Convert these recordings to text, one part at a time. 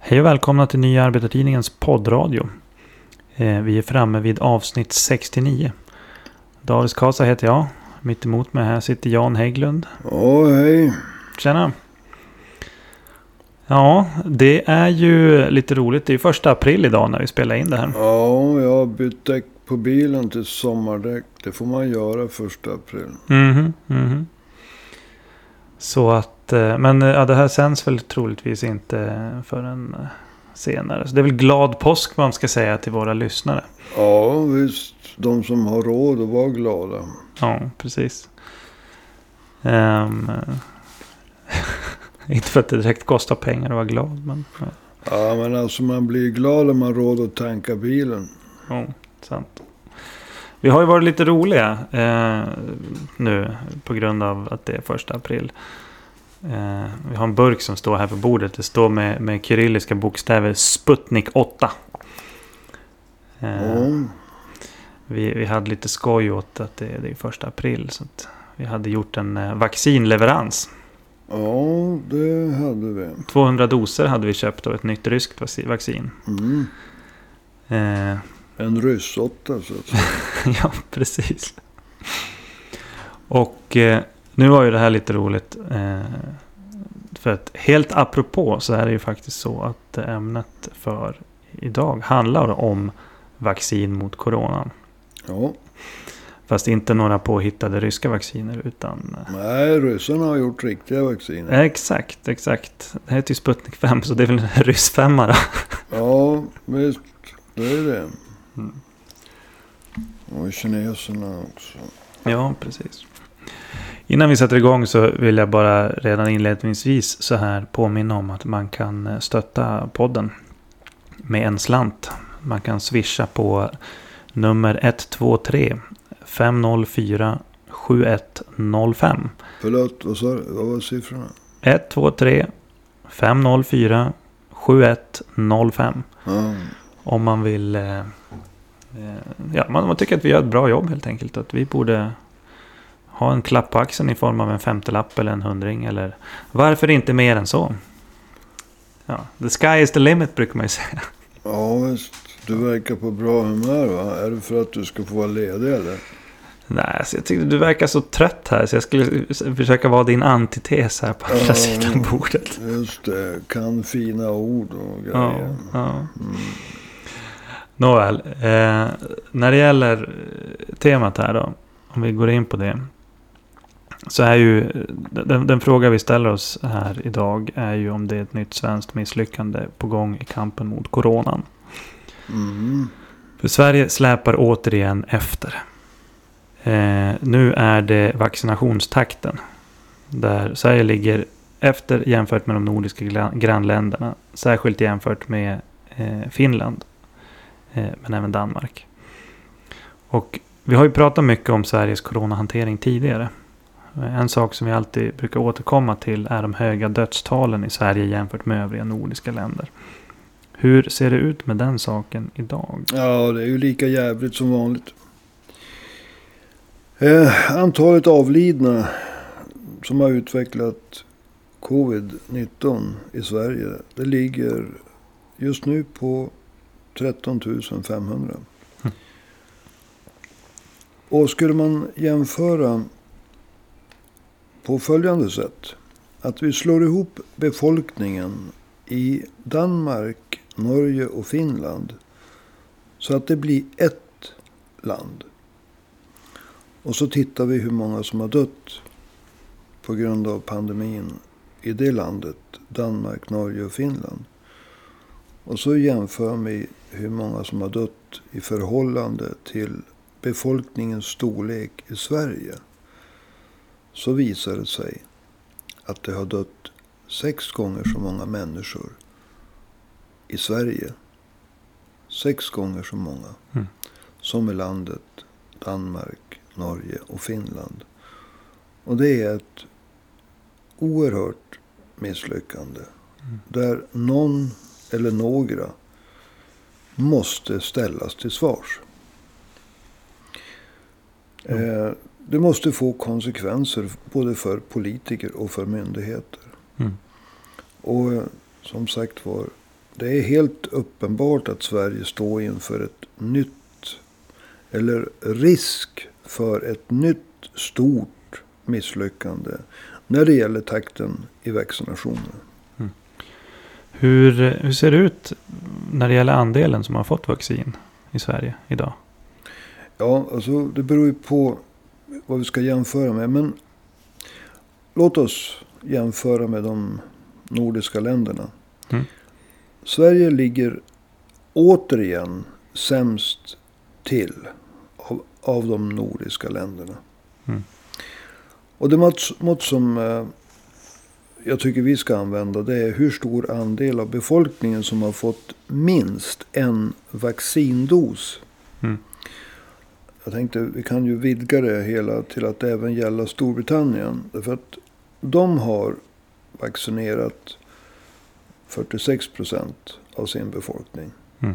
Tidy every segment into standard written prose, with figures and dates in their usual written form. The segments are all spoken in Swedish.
Hej och välkomna till Nya Arbetartidningens poddradio. Vi är framme vid avsnitt 69. David Kasa heter jag. Mitt emot mig här sitter Jan Hägglund. Hej. Tjena. Ja, det är ju lite roligt. Det är ju 1 april idag när vi spelar in det här. Ja, jag har bytt däck på bilen till sommardäck. Det får man göra 1 april. Så att, men ja, det här sänds väl troligtvis inte förrän senare. Så det är väl glad påsk man ska säga till våra lyssnare. Ja, visst. De som har råd att vara glada. Ja, precis. Inte för att det direkt kostar pengar att vara glad. Men, ja. Ja, men alltså man blir glad om man har råd att tanka bilen. Ja, sant. Vi har ju varit lite roliga nu på grund av att det är 1 april. Vi har en burk som står här på bordet. Det står med kyrilliska bokstäver Sputnik 8. Vi hade lite skoj åt att det är 1 april. Så att vi hade gjort en vaccinleverans. Ja, det hade vi. 200 doser hade vi köpt av ett nytt ryskt vaccin. En ryssåtta så att säga. Ja, precis. Och nu var ju det här lite roligt. För att helt apropå så är det ju faktiskt så att ämnet för idag handlar om vaccin mot coronan. Ja. Fast inte några påhittade ryska vacciner utan... Nej, ryssarna har gjort riktiga vacciner. Exakt. Det heter ju Sputnik 5 så det är väl en ryss 5 då. Ja, visst. Det är det. Och kineserna också. Ja, precis. Innan vi sätter igång så vill jag bara redan inledningsvis så här påminna om att man kan stötta podden med en slant. Man kan swisha på nummer 123 504 7105. Förlåt, vad sa du? Vad var siffrorna? 123 504 7105. Om man vill... man tycker att vi gör ett bra jobb helt enkelt. Att vi borde ha en klapp på axeln i form av en 50-lapp eller en 100-ring. Eller varför inte mer än så? Ja, the sky is the limit brukar man ju säga. Ja, visst. Du verkar på bra humör, va? Är det för att du ska få vara ledig eller? Nej, så jag tyckte du verkar så trött här. Så jag skulle försöka vara din antites här på andra sidan bordet. Just det, kan fina ord och grejer. Ja. Nåväl, när det gäller temat här då, om vi går in på det, så är ju den fråga vi ställer oss här idag är ju om det är ett nytt svenskt misslyckande på gång i kampen mot coronan. För Sverige släpar återigen efter. Nu är det vaccinationstakten där Sverige ligger efter jämfört med de nordiska grannländerna, särskilt jämfört med Finland. Men även Danmark. Och vi har ju pratat mycket om Sveriges coronahantering tidigare. En sak som vi alltid brukar återkomma till är de höga dödstalen i Sverige jämfört med övriga nordiska länder. Hur ser det ut med den saken idag? Ja, det är ju lika jävligt som vanligt. Antalet avlidna som har utvecklat covid-19 i Sverige, det ligger just nu på 13 500. Och skulle man jämföra på följande sätt. Att vi slår ihop befolkningen i Danmark, Norge och Finland. Så att det blir ett land. Och så tittar vi hur många som har dött på grund av pandemin i det landet. Danmark, Norge och Finland. Och så jämför vi hur många som har dött i förhållande till befolkningens storlek i Sverige. Så visar det sig att det har dött 6 gånger så många människor i Sverige. 6 gånger så många som i landet Danmark, Norge och Finland. Och det är ett oerhört misslyckande. Där någon eller några måste ställas till svars. Det måste få konsekvenser både för politiker och för myndigheter. Och som sagt var, det är helt uppenbart att Sverige står inför ett nytt, eller risk för ett nytt stort misslyckande när det gäller takten i vaccinationen. Hur ser det ut när det gäller andelen som har fått vaccin i Sverige idag? Ja, alltså det beror ju på vad vi ska jämföra med. Men låt oss jämföra med de nordiska länderna. Sverige ligger återigen sämst till av de nordiska länderna. Och det mått som jag tycker vi ska använda, det är hur stor andel av befolkningen som har fått minst en vaccindos. Jag tänkte vi kan ju vidga det hela till att även gälla Storbritannien. Därför att de har vaccinerat 46% av sin befolkning.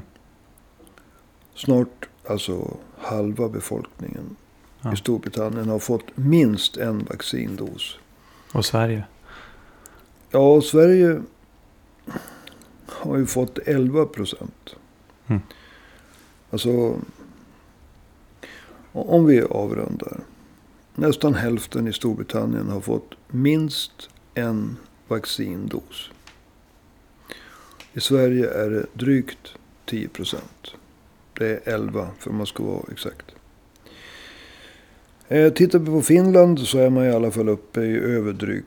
Snart alltså halva befolkningen i Storbritannien har fått minst en vaccindos. Och Sverige? Ja, Sverige har ju fått 11%. Alltså, om vi avrundar. Nästan hälften i Storbritannien har fått minst en vaccindos. I Sverige är det drygt 10%. Det är 11 för man ska vara exakt. Tittar vi på Finland så är man i alla fall uppe i över drygt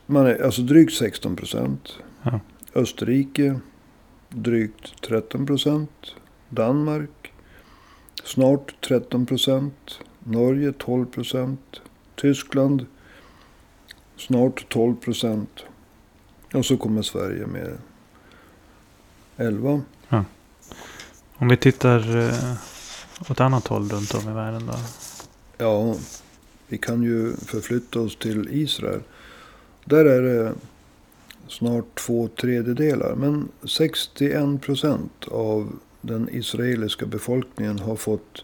16%. Ja. Österrike drygt 13%. Danmark snart 13%. Norge 12%. Tyskland snart 12%. Och så kommer Sverige med 11%. Ja. Om vi tittar åt annat håll runt om i världen då? Ja, vi kan ju förflytta oss till Israel. Där är det snart 2/3. Men 61% av den israeliska befolkningen har fått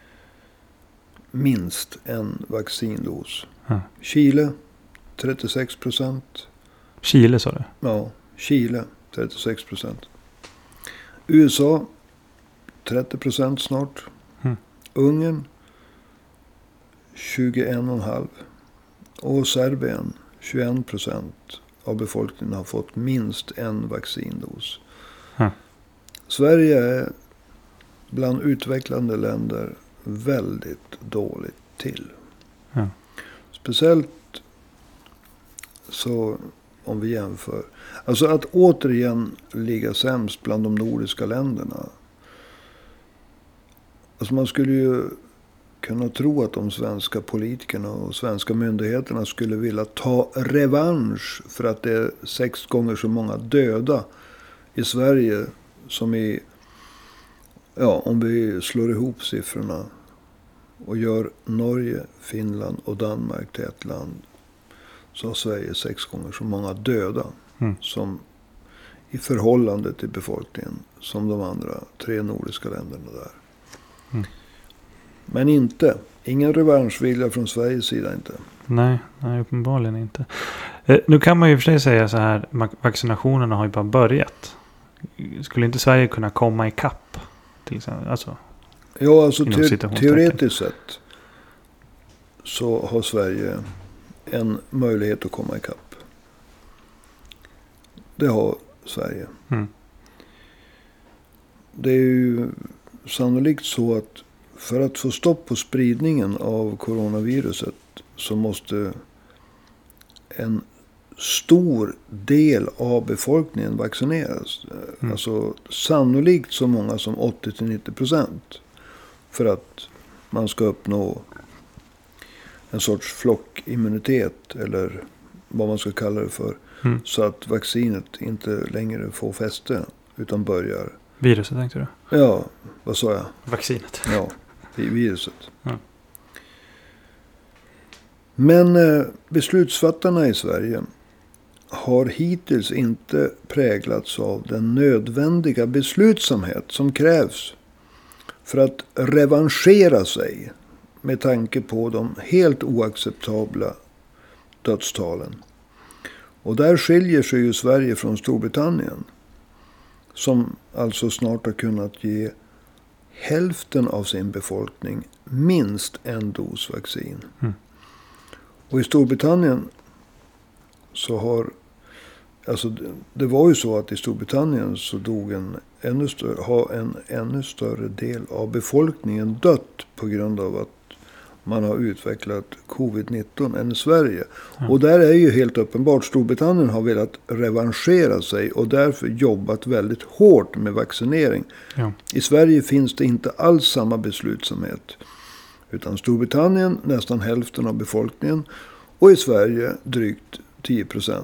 minst en vaccindos. Chile 36%. Chile sa du? Ja, Chile 36%. USA 30% snart. Ungern 21,5%. Och Serbien 21% av befolkningen har fått minst en vaccindos. Sverige är bland utvecklande länder väldigt dåligt till. Speciellt så om vi jämför. Alltså att återigen ligga sämst bland de nordiska länderna. Alltså man skulle ju kunna tro att de svenska politikerna och svenska myndigheterna skulle vilja ta revansch för att det är 6 gånger så många döda i Sverige som i, ja, om vi slår ihop siffrorna och gör Norge, Finland och Danmark till ett land, så har Sverige 6 gånger så många döda som i förhållande till befolkningen som de andra 3 nordiska länderna där. Men ingen revanschvilja från Sveriges sida inte. Nej, uppenbarligen inte. Nu kan man ju för sig säga så här, vaccinationerna har ju bara börjat. Skulle inte Sverige kunna komma i kapp till exempel? Alltså, ja, alltså teoretiskt sett så har Sverige en möjlighet att komma i kapp. Det har Sverige. Det är ju sannolikt så att för att få stopp på spridningen av coronaviruset så måste en stor del av befolkningen vaccineras. Alltså sannolikt så många som 80-90%. För att man ska uppnå en sorts flockimmunitet eller vad man ska kalla det för. Så att vaccinet inte längre får fäste utan börjar. Viruset tänkte du? Ja, vad sa jag? Vaccinet. Ja, viruset. Men beslutsfattarna i Sverige har hittills inte präglats av den nödvändiga beslutsamhet som krävs för att revanschera sig med tanke på de helt oacceptabla dödstalen. Och där skiljer sig ju Sverige från Storbritannien. som alltså snart har kunnat ge hälften av sin befolkning minst en dos vaccin. Mm. Och i Storbritannien så har, alltså det var ju så att i Storbritannien så dog en ännu större del av befolkningen dött på grund av att man har utvecklat covid-19 än i Sverige. Mm. Och där är ju helt uppenbart, Storbritannien har velat revanschera sig och därför jobbat väldigt hårt med vaccinering. Ja. I Sverige finns det inte alls samma beslutsamhet. Utan Storbritannien nästan hälften av befolkningen och i Sverige drygt 10%.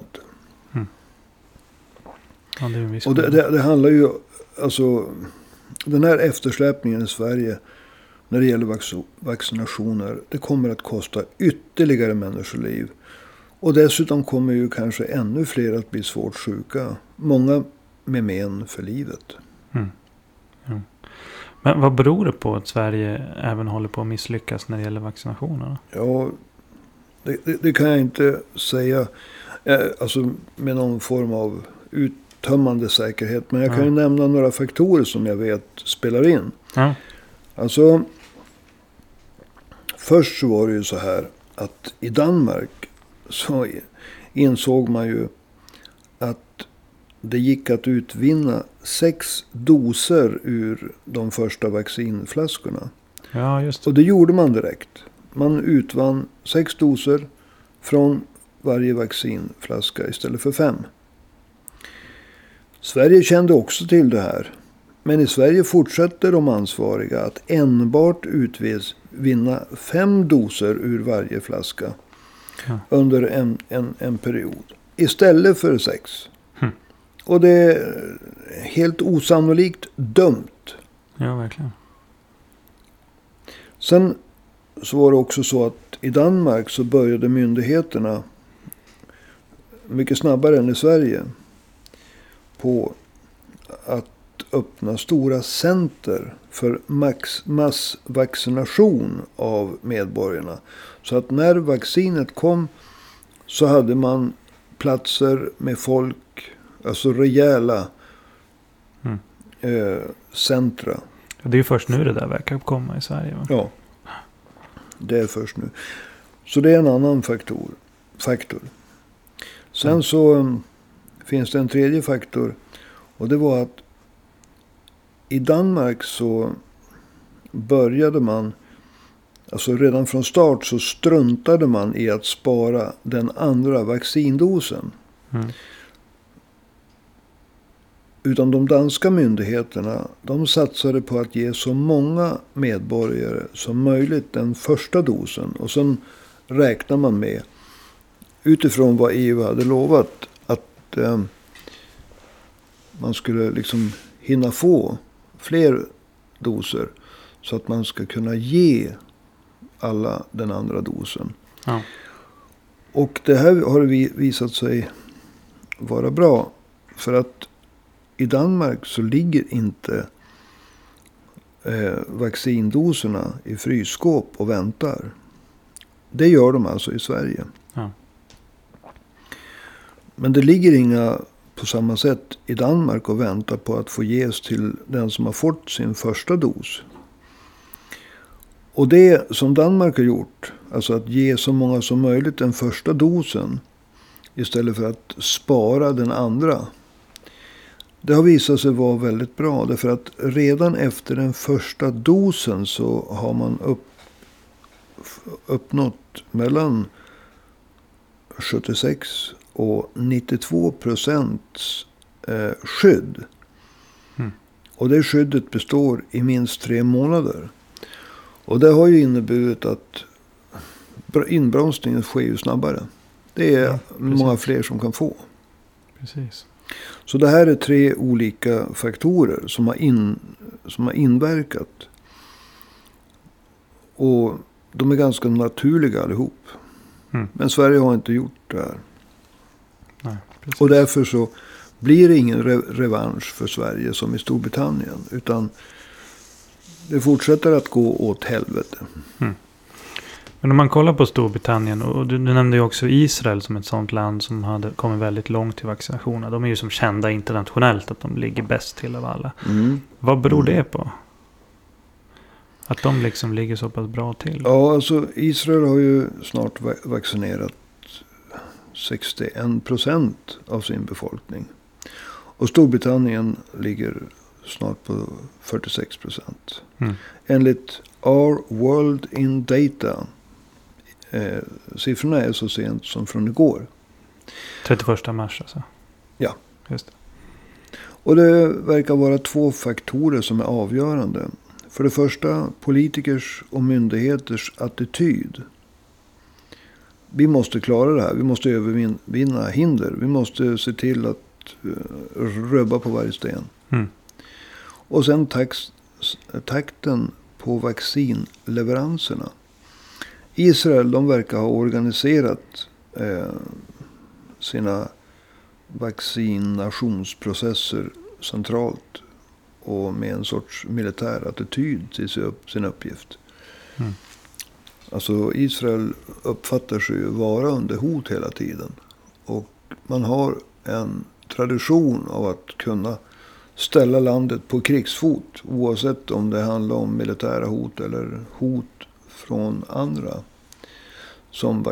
Ja, det är en viss Och det handlar ju, alltså den här eftersläpningen i Sverige när det gäller vaccinationer, det kommer att kosta ytterligare människoliv. Och dessutom kommer ju kanske ännu fler att bli svårt sjuka. Många med men för livet. Mm. Ja. Men vad beror det på att Sverige även håller på att misslyckas när det gäller vaccinationerna? Ja, det kan jag inte säga alltså med någon form av uttömmande säkerhet. Men jag kan ju nämna några faktorer som jag vet spelar in. Ja. Alltså, först så var det ju så här att i Danmark så insåg man ju att det gick att utvinna 6 doser ur de första vaccinflaskorna. Ja, just det. Och det gjorde man direkt. Man utvann 6 doser från varje vaccinflaska istället för 5. Sverige kände också till det här. Men i Sverige fortsätter de ansvariga att enbart utvinna 5 doser ur varje flaska under en period. Istället för 6. Och det är helt osannolikt dumt. Ja, verkligen. Sen så var det också så att i Danmark så började myndigheterna mycket snabbare än i Sverige på att öppna stora center för massvaccination av medborgarna. Så att när vaccinet kom så hade man platser med folk, alltså rejäla centra. Det är ju först nu det där verkar komma i Sverige. Va? Ja, det är först nu. Så det är en annan faktor. Sen så finns det en tredje faktor. Och det var att i Danmark så började man, alltså redan från start så struntade man i att spara den andra vaccindosen. Mm. Utan de danska myndigheterna, de satsade på att ge så många medborgare som möjligt den första dosen. Och sen räknar man med, utifrån vad EU hade lovat, att man skulle liksom hinna få fler doser. Så att man ska kunna ge alla den andra dosen. Ja. Och det här har visat sig vara bra. För att i Danmark så ligger inte vaccindoserna i frysskåp och väntar. Det gör de alltså i Sverige. Ja. Men det ligger inga på samma sätt i Danmark och väntar på att få ges till den som har fått sin första dos. Och det som Danmark har gjort, alltså att ge så många som möjligt den första dosen istället för att spara den andra. Det har visat sig vara väldigt bra. Därför att redan efter den första dosen så har man uppnått mellan 76 och 92% skydd. Mm. Och det skyddet består i minst 3 månader. Och det har ju inneburit att inbromsningen sker ju snabbare. Det är många fler som kan få. Precis. Så det här är 3 olika faktorer som har inverkat. Och de är ganska naturliga allihop. Mm. Men Sverige har inte gjort det här. Nej, precis. Och därför så blir det ingen revansch för Sverige som i Storbritannien. Utan det fortsätter att gå åt helvete. Mm. Men om man kollar på Storbritannien, och du nämnde ju också Israel som ett sånt land som hade kommit väldigt långt i vaccinationerna. De är ju som kända internationellt att de ligger bäst till av alla. Vad beror det på? Att de liksom ligger så pass bra till? Ja, alltså Israel har ju snart vaccinerat 61% av sin befolkning. Och Storbritannien ligger snart på 46%. Enligt Our World in Data, siffrorna är så sent som från igår. 31 mars alltså? Ja. Just det. Och det verkar vara 2 faktorer som är avgörande. För det första, politikers och myndigheters attityd. Vi måste klara det här. Vi måste övervinna hinder. Vi måste se till att rubba på varje sten. Och sen takten på vaccinleveranserna. Israel, de verkar ha organiserat sina vaccinationsprocesser centralt. Och med en sorts militär attityd till sin uppgift. Alltså Israel uppfattar sig ju vara under hot hela tiden. Och man har en tradition av att kunna ställa landet på krigsfot. Oavsett om det handlar om militära hot eller hot från andra. Som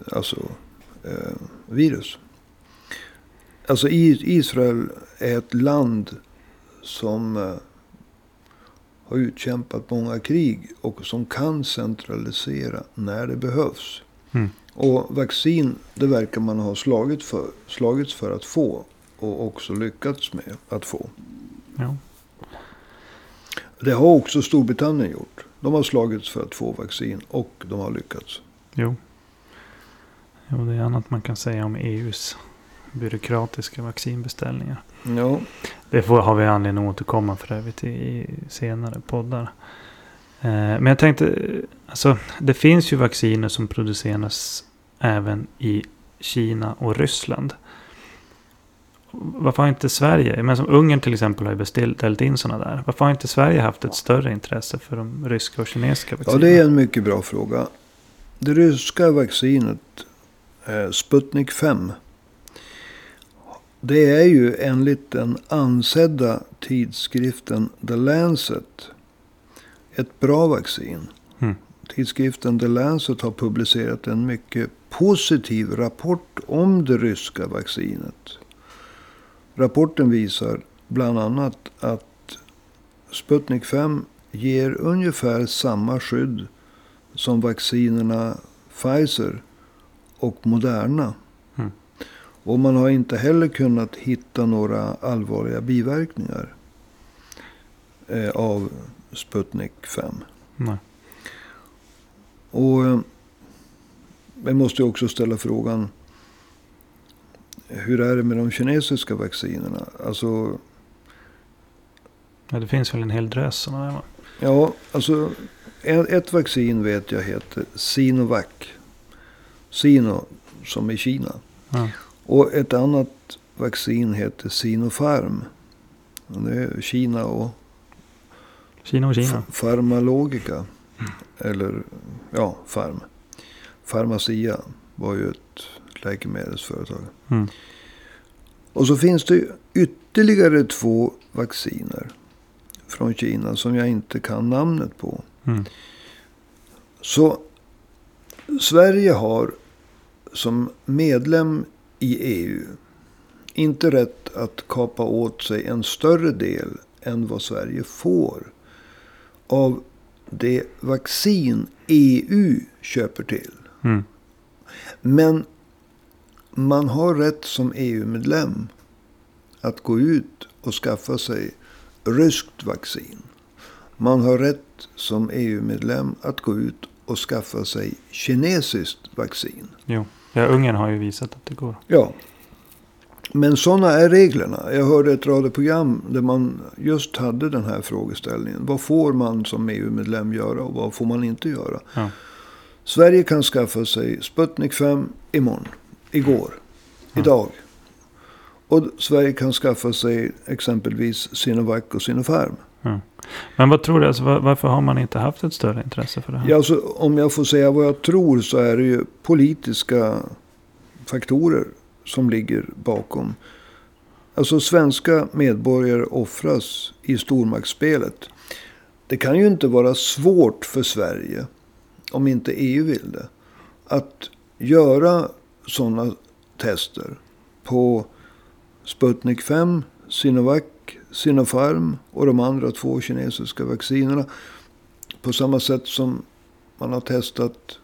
virus. Alltså Israel är ett land som har utkämpat många krig och som kan centralisera när det behövs. Och vaccin, det verkar man ha slagits för att få och också lyckats med att få. Ja. Det har också Storbritannien gjort. De har slagits för att få vaccin och de har lyckats. Jo, det är annat man kan säga om EUs byråkratiska vaccinbeställningar. Ja. Det har vi anledning att återkomma för övrigt i senare poddar. Men jag tänkte, alltså det finns ju vacciner som produceras även i Kina och Ryssland. Varför har inte Sverige, men som Ungern till exempel har ju beställt in sådana där. Varför har inte Sverige haft ett större intresse för de ryska och kinesiska vaccinerna? Ja, det är en mycket bra fråga. Det ryska vaccinet Sputnik 5. Det är ju enligt den ansedda tidskriften The Lancet ett bra vaccin. Tidskriften The Lancet har publicerat en mycket positiv rapport om det ryska vaccinet. Rapporten visar bland annat att Sputnik 5 ger ungefär samma skydd som vaccinerna Pfizer och Moderna. Och man har inte heller kunnat hitta några allvarliga biverkningar av Sputnik 5. Nej. Och vi måste också ställa frågan, hur är det med de kinesiska vaccinerna? Alltså, ja, det finns väl en hel drös sådana där, va? ja, alltså ett vaccin vet jag heter Sinovac. Sino som i Kina. Ja. Och ett annat vaccin heter Sinopharm. Det är Kina och Kina. Pharmalogica. Eller ja, Pharmacia var ju ett läkemedelsföretag. Och så finns det ytterligare 2 vacciner från Kina som jag inte kan namnet på. Så Sverige har som medlem i EU inte rätt att kapa åt sig en större del än vad Sverige får av det vaccin EU köper till. Men man har rätt som EU-medlem att gå ut och skaffa sig ryskt vaccin. Man har rätt som EU-medlem att gå ut och skaffa sig kinesiskt vaccin. Jo. Ja, Ungern har ju visat att det går. Ja. Men sådana är reglerna. Jag hörde ett radioprogram där man just hade den här frågeställningen. Vad får man som EU-medlem göra och vad får man inte göra? Ja. Sverige kan skaffa sig Sputnik 5 igår, idag. Och Sverige kan skaffa sig exempelvis Sinovac och Sinopharm. Ja. Men vad tror du? Alltså, varför har man inte haft ett större intresse för det här? Ja, alltså, om jag får säga vad jag tror så är det ju politiska faktorer som ligger bakom. Alltså svenska medborgare offras i stormaktsspelet. Det kan ju inte vara svårt för Sverige, om inte EU vill det, att göra sådana tester på Sputnik 5, Sinovac, Sinopharm och de andra 2 kinesiska vaccinerna. På samma sätt som man har testat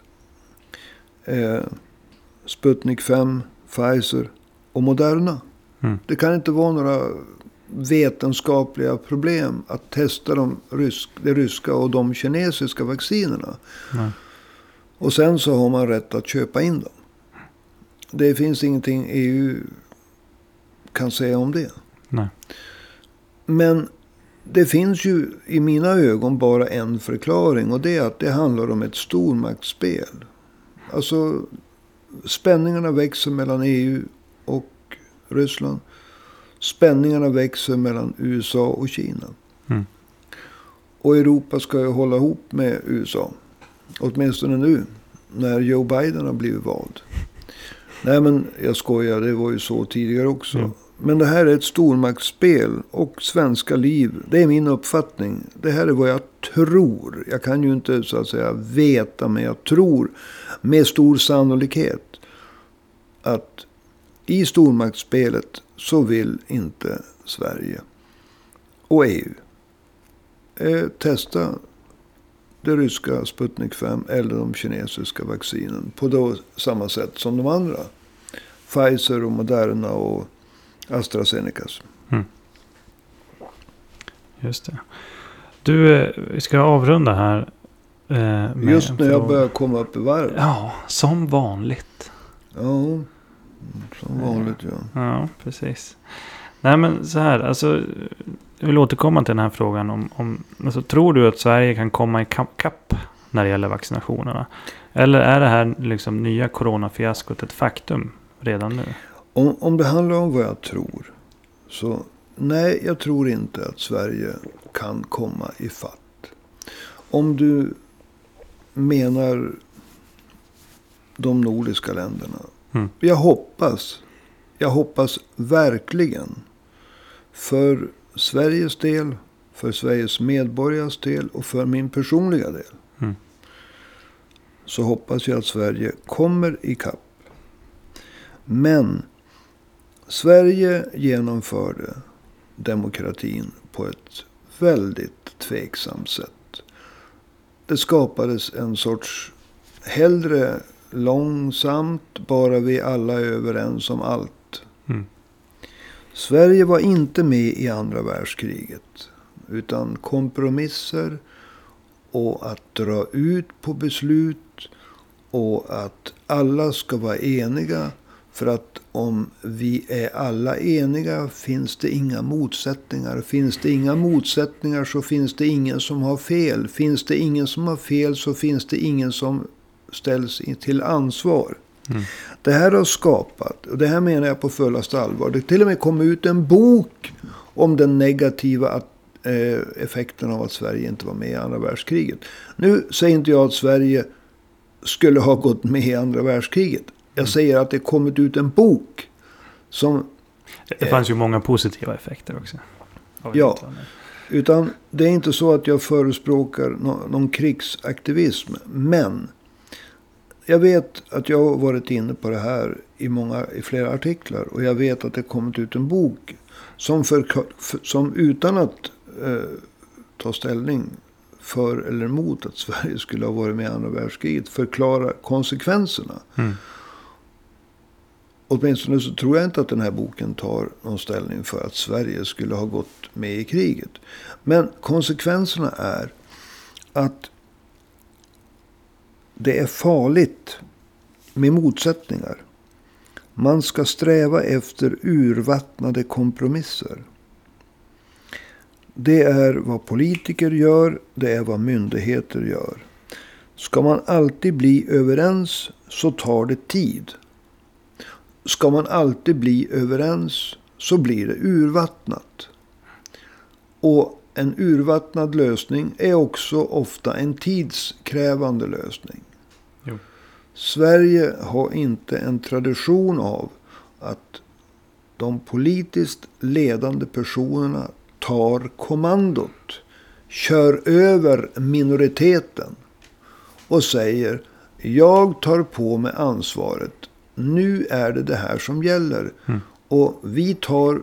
Sputnik 5, Pfizer och Moderna. Mm. Det kan inte vara några vetenskapliga problem att testa det ryska och de kinesiska vaccinerna. Mm. Och sen så har man rätt att köpa in dem. Det finns ingenting EU kan säga om det. Nej. Men det finns ju i mina ögon bara en förklaring. Och det är att det handlar om ett stormaktsspel. Alltså spänningarna växer mellan EU och Ryssland. Spänningarna växer mellan USA och Kina. Mm. Och Europa ska ju hålla ihop med USA. Åtminstone nu. När Joe Biden har blivit vald. Nej men jag skojar. Det var ju så tidigare också. Mm. Men det här är ett stormaktsspel. Och svenska liv. Det är min uppfattning. Det här är vad jag tror. Jag kan ju inte så att säga veta. Men jag tror med stor sannolikhet. Att i stormaktsspelet så vill inte Sverige och EU testa det ryska Sputnik 5 eller de kinesiska vaccinen på då samma sätt som de andra. Pfizer och Moderna och AstraZenecas. Mm. Just det. Du, vi ska avrunda här. Just när jag börjar komma upp i varv. Ja, som vanligt. Ja. Som vanligt, ja. Ja, precis. Nej, men så här. Alltså, jag vill återkomma till den här frågan. Alltså, tror du att Sverige kan komma i kapp när det gäller vaccinationerna? Eller är det här liksom nya coronafiaskot ett faktum redan nu? Om det handlar om vad jag tror. Så nej, jag tror inte att Sverige kan komma i fatt. Om du menar de nordiska länderna. Mm. Jag hoppas verkligen för Sveriges del, för Sveriges medborgares del och för min personliga del. Mm. Så hoppas jag att Sverige kommer ikapp. Men Sverige genomförde demokratin på ett väldigt tveksamt sätt. Det skapades en sorts hellre långsamt, bara vi alla är överens om allt. Mm. Sverige var inte med i andra världskriget. Utan kompromisser och att dra ut på beslut och att alla ska vara eniga. För att om vi är alla eniga finns det inga motsättningar. Finns det inga motsättningar så finns det ingen som har fel. Finns det ingen som har fel så finns det ingen som ställs till ansvar. Mm. Det här har skapat, och det här menar jag på fullaste allvar. Det till och med kom ut en bok om den negativa effekten av att Sverige inte var med i andra världskriget. Nu säger inte jag att Sverige skulle ha gått med i andra världskriget. Jag säger att det kommit ut en bok som... Det fanns ju många positiva effekter också. Ja, utan det är inte så att jag förespråkar någon krigsaktivism. Men jag vet att jag har varit inne på det här i flera artiklar. Och jag vet att det kommit ut en bok som utan att ta ställning för eller emot att Sverige skulle ha varit med i andra världskriget förklarar konsekvenserna. Mm. Åtminstone så tror jag inte att den här boken tar någon ställning för att Sverige skulle ha gått med i kriget. Men konsekvenserna är att det är farligt med motsättningar. Man ska sträva efter urvattnade kompromisser. Det är vad politiker gör, det är vad myndigheter gör. Ska man alltid bli överens så tar det tid. Ska man alltid bli överens så blir det urvattnat. Och en urvattnad lösning är också ofta en tidskrävande lösning. Jo. Sverige har inte en tradition av att de politiskt ledande personerna tar kommandot, kör över minoriteten och säger: jag tar på mig ansvaret. Nu är det här som gäller. Och vi tar,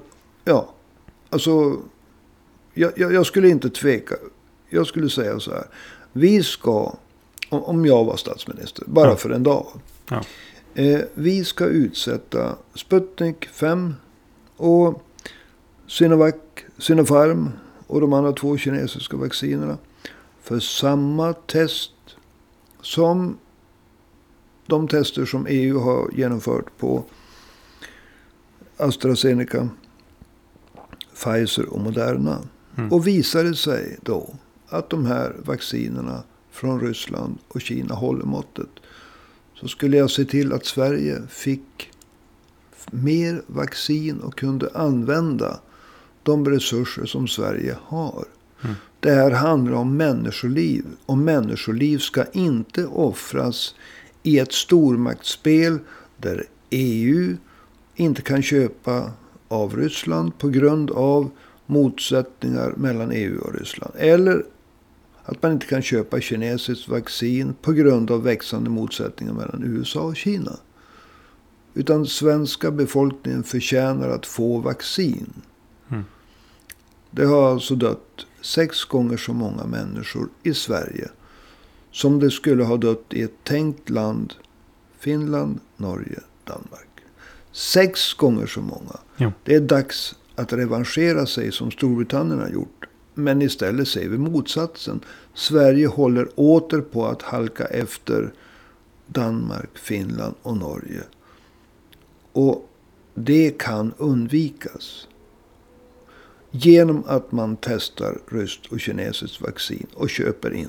jag skulle inte tveka. Jag skulle säga så här: vi ska, om jag var statsminister, bara för en dag. Ja. Vi ska utsätta Sputnik 5 och Sinovac, Sinopharm och de andra 2 kinesiska vaccinerna för samma test som de tester som EU har genomfört på AstraZeneca, Pfizer och Moderna. Och visar det sig då att de här vaccinerna från Ryssland och Kina håller måttet, så skulle jag se till att Sverige fick mer vaccin och kunde använda de resurser som Sverige har. Det här handlar om människoliv. Och människoliv ska inte offras i ett stormaktsspel där EU inte kan köpa av Ryssland på grund av motsättningar mellan EU och Ryssland. Eller att man inte kan köpa kinesiskt vaccin på grund av växande motsättningar mellan USA och Kina. Utan svenska befolkningen förtjänar att få vaccin. Det har alltså dött 6 gånger så många människor i Sverige som det skulle ha dött i ett tänkt land, Finland, Norge, Danmark. 6 gånger så många. Jo. Det är dags att revanschera sig som Storbritannien har gjort. Men istället ser vi motsatsen. Sverige håller åter på att halka efter Danmark, Finland och Norge. Och det kan undvikas genom att man testar ryskt och kinesiskt vaccin och köper in.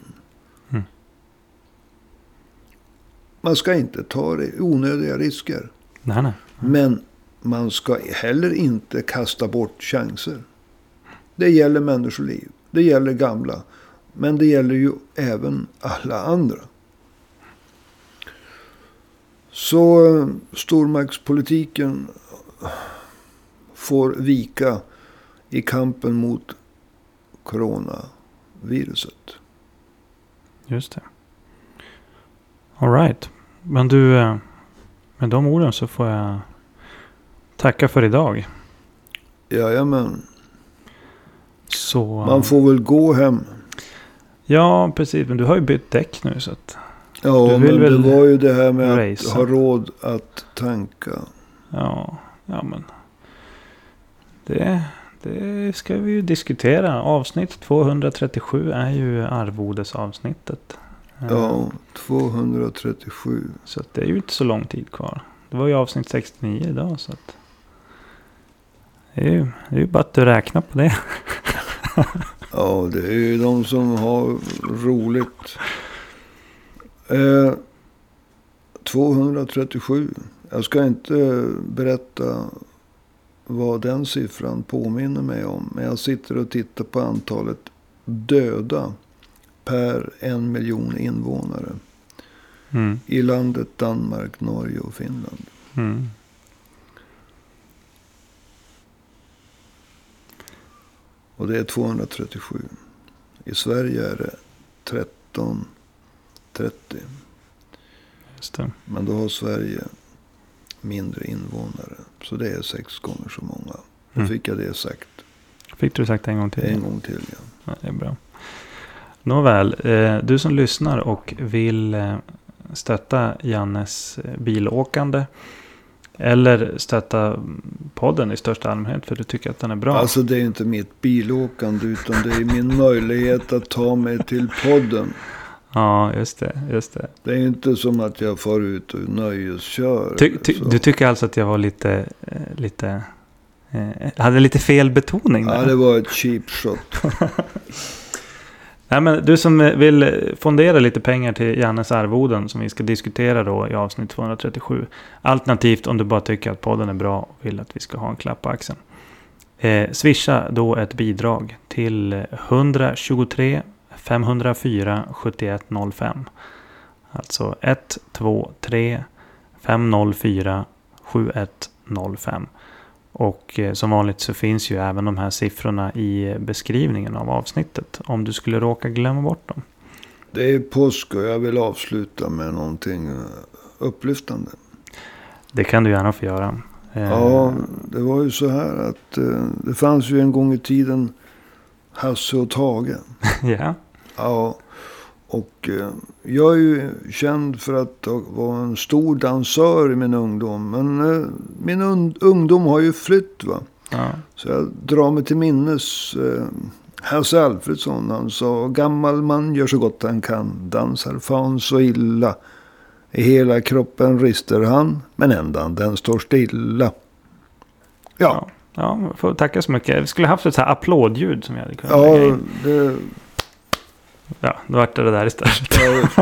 Man ska inte ta onödiga risker. Nej. Men man ska heller inte kasta bort chanser. Det gäller människoliv. Det gäller gamla. Men det gäller ju även alla andra. Så stormaktspolitiken får vika i kampen mot coronaviruset. Just det. All right. Men du, med de orden så får jag tacka för idag. Jajamän. Så, man får väl gå hem. Ja, precis. Men du har ju bytt däck nu så att... Ja, men det var ju det här med racea. att ha råd att tanka. Ja men... Det ska vi ju diskutera. Avsnitt 237 är ju arvodesavsnittet. Ja, 237. Så att det är ju inte så lång tid kvar. Det var ju avsnitt 69 idag så att... Det är ju bara att du räknar på det. Ja, det är ju de som har roligt. 237. Jag ska inte berätta vad den siffran påminner mig om. Men jag sitter och tittar på antalet döda per 1 miljon invånare. I landet Danmark, Norge och Finland. Och det är 237. I Sverige är det 1330. Just det. Men då har Sverige mindre invånare. Så det är 6 gånger så många. Då fick jag det sagt. Fick du sagt en gång till? En gång till, ja. Ja, det är bra. Nåväl, du som lyssnar och vill stötta Jannes bilåkande. Eller stötta podden i största allmänhet för du tycker att den är bra. Alltså det är inte mitt bilåkande utan det är min möjlighet att ta mig till podden. Ja, just det. Det är inte som att jag får ut och nöjeskör. Du tycker alltså att jag var lite hade lite fel betoning där? Ja, det var ett cheap shot. Nej, men du som vill fondera lite pengar till Jannes arvoden som vi ska diskutera då i avsnitt 237. Alternativt om du bara tycker att podden är bra och vill att vi ska ha en klapp på axeln. Swisha då ett bidrag till 123 504 7105. Alltså 123 504 7105. Och som vanligt så finns ju även de här siffrorna i beskrivningen av avsnittet. Om du skulle råka glömma bort dem. Det är påsk och jag vill avsluta med någonting upplyftande. Det kan du gärna få göra. Ja, det var ju så här att det fanns ju en gång i tiden Hasse och Tage. Ja. Ja, och jag är ju känd för att vara en stor dansör i min ungdom. Men min ungdom har ju flytt, va. Ja. Så jag drar mig till minnes Hasse Alfredsson. Han sa: gammal man gör så gott han kan, dansar fan så illa. I hela kroppen rister han, men ändan den står stilla. Ja. Ja, får tacka så mycket. Vi skulle haft ett så här applådljud som jag hade kunnat lägga in. Ja, då vart det där istället.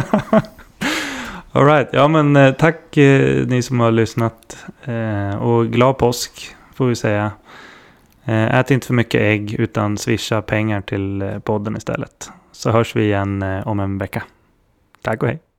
All right. Ja, men tack ni som har lyssnat. Och glad påsk får vi säga. Ät inte för mycket ägg utan swisha pengar till podden istället. Så hörs vi igen om en vecka. Tack och hej.